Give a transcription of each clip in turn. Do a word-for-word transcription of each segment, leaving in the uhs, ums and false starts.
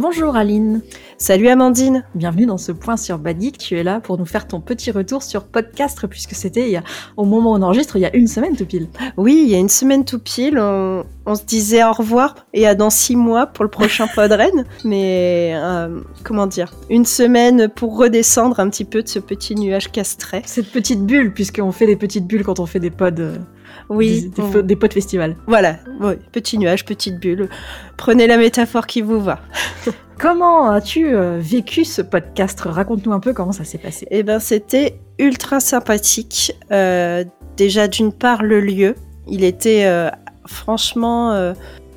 Bonjour Aline. Salut Amandine. Bienvenue dans ce point sur Badic. Tu es là pour nous faire ton petit retour sur Podcastre, puisque c'était il y a, au moment où on enregistre, il y a une semaine tout pile. Oui, il y a une semaine tout pile. On, on se disait au revoir et à dans six mois pour le prochain Podren. Mais euh, comment dire, une semaine pour redescendre un petit peu de ce petit nuage castré. Cette petite bulle, puisqu'on fait des petites bulles quand on fait des pods. Euh... Oui, des, des, des pods festival. Voilà, oui, petit nuage, petite bulle. Prenez la métaphore qui vous va. Comment as-tu euh, vécu ce podcast ? Raconte-nous un peu comment ça s'est passé. Eh ben, c'était ultra sympathique. Euh, déjà, d'une part, le lieu. Il était euh, franchement... Euh,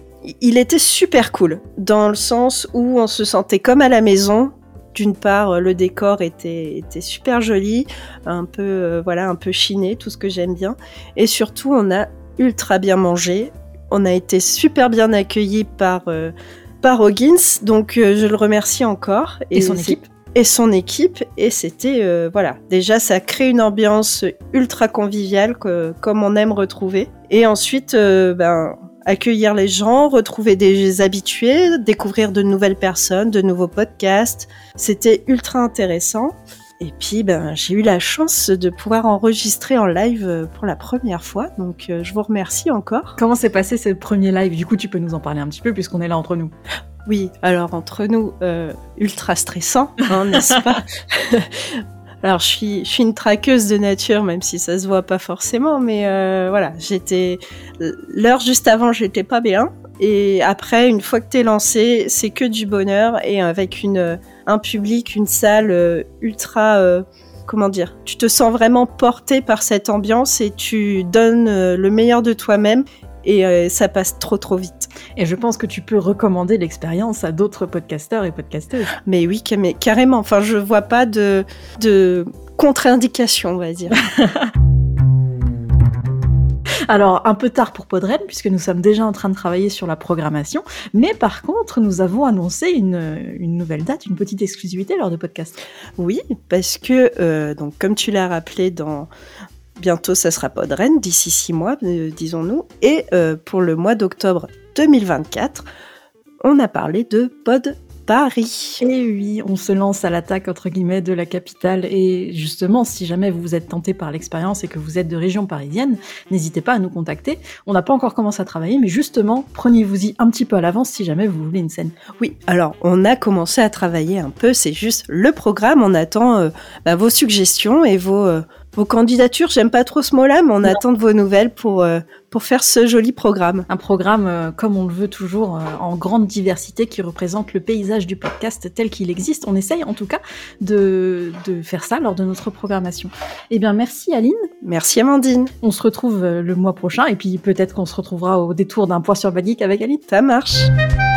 il était super cool, dans le sens où on se sentait comme à la maison. D'une part, le décor était, était super joli, un peu, euh, voilà, un peu chiné, tout ce que j'aime bien. Et surtout, on a ultra bien mangé. On a été super bien accueillis par, euh, par Hoggins, donc euh, je le remercie encore. Et, et son équipe Et son équipe. Et c'était, euh, voilà, déjà, ça crée une ambiance ultra conviviale, que, comme on aime retrouver. Et ensuite, euh, ben... accueillir les gens, retrouver des habitués, découvrir de nouvelles personnes, de nouveaux podcasts. C'était ultra intéressant. Et puis, ben, j'ai eu la chance de pouvoir enregistrer en live pour la première fois. Donc, euh, je vous remercie encore. Comment s'est passé ce premier live ? Du coup, tu peux nous en parler un petit peu puisqu'on est là entre nous. Oui, alors entre nous, euh, ultra stressant, hein, n'est-ce pas ? Alors, je suis, je suis une traqueuse de nature, même si ça se voit pas forcément, mais euh, voilà, j'étais... L'heure juste avant, j'étais pas bien, et après, une fois que t'es lancé, c'est que du bonheur, et avec une, un public, une salle euh, ultra... Euh, comment dire ? Tu te sens vraiment porté par cette ambiance, et tu donnes euh, le meilleur de toi-même, et euh, ça passe trop trop vite. Et je pense que tu peux recommander l'expérience à d'autres podcasteurs et podcasteuses. Mais oui, mais carrément. Enfin, je vois pas de, de contre-indication, on va dire. Alors, un peu tard pour Podren, puisque nous sommes déjà en train de travailler sur la programmation. Mais par contre, nous avons annoncé une, une nouvelle date, une petite exclusivité lors de podcast. Oui, parce que, euh, donc, comme tu l'as rappelé dans... Bientôt, ça sera Podren, d'ici six mois, euh, disons-nous. Et euh, pour le mois d'octobre deux mille vingt-quatre, on a parlé de Pod Paris. Et oui, on se lance à l'attaque, entre guillemets, de la capitale. Et justement, si jamais vous êtes tenté par l'expérience et que vous êtes de région parisienne, n'hésitez pas à nous contacter. On n'a pas encore commencé à travailler, mais justement, prenez-vous-y un petit peu à l'avance si jamais vous voulez une scène. Oui, alors, on a commencé à travailler un peu, c'est juste le programme. On attend euh, bah, vos suggestions et vos... Euh, Vos candidatures, j'aime pas trop ce mot-là, mais on non. attend de vos nouvelles pour, euh, pour faire ce joli programme. Un programme, euh, comme on le veut toujours, euh, en grande diversité, qui représente le paysage du podcast tel qu'il existe. On essaye en tout cas de, de faire ça lors de notre programmation. Eh bien, merci Aline. Merci Amandine. On se retrouve euh, le mois prochain, et puis peut-être qu'on se retrouvera au détour d'un point sur Badic avec Aline. Ça marche.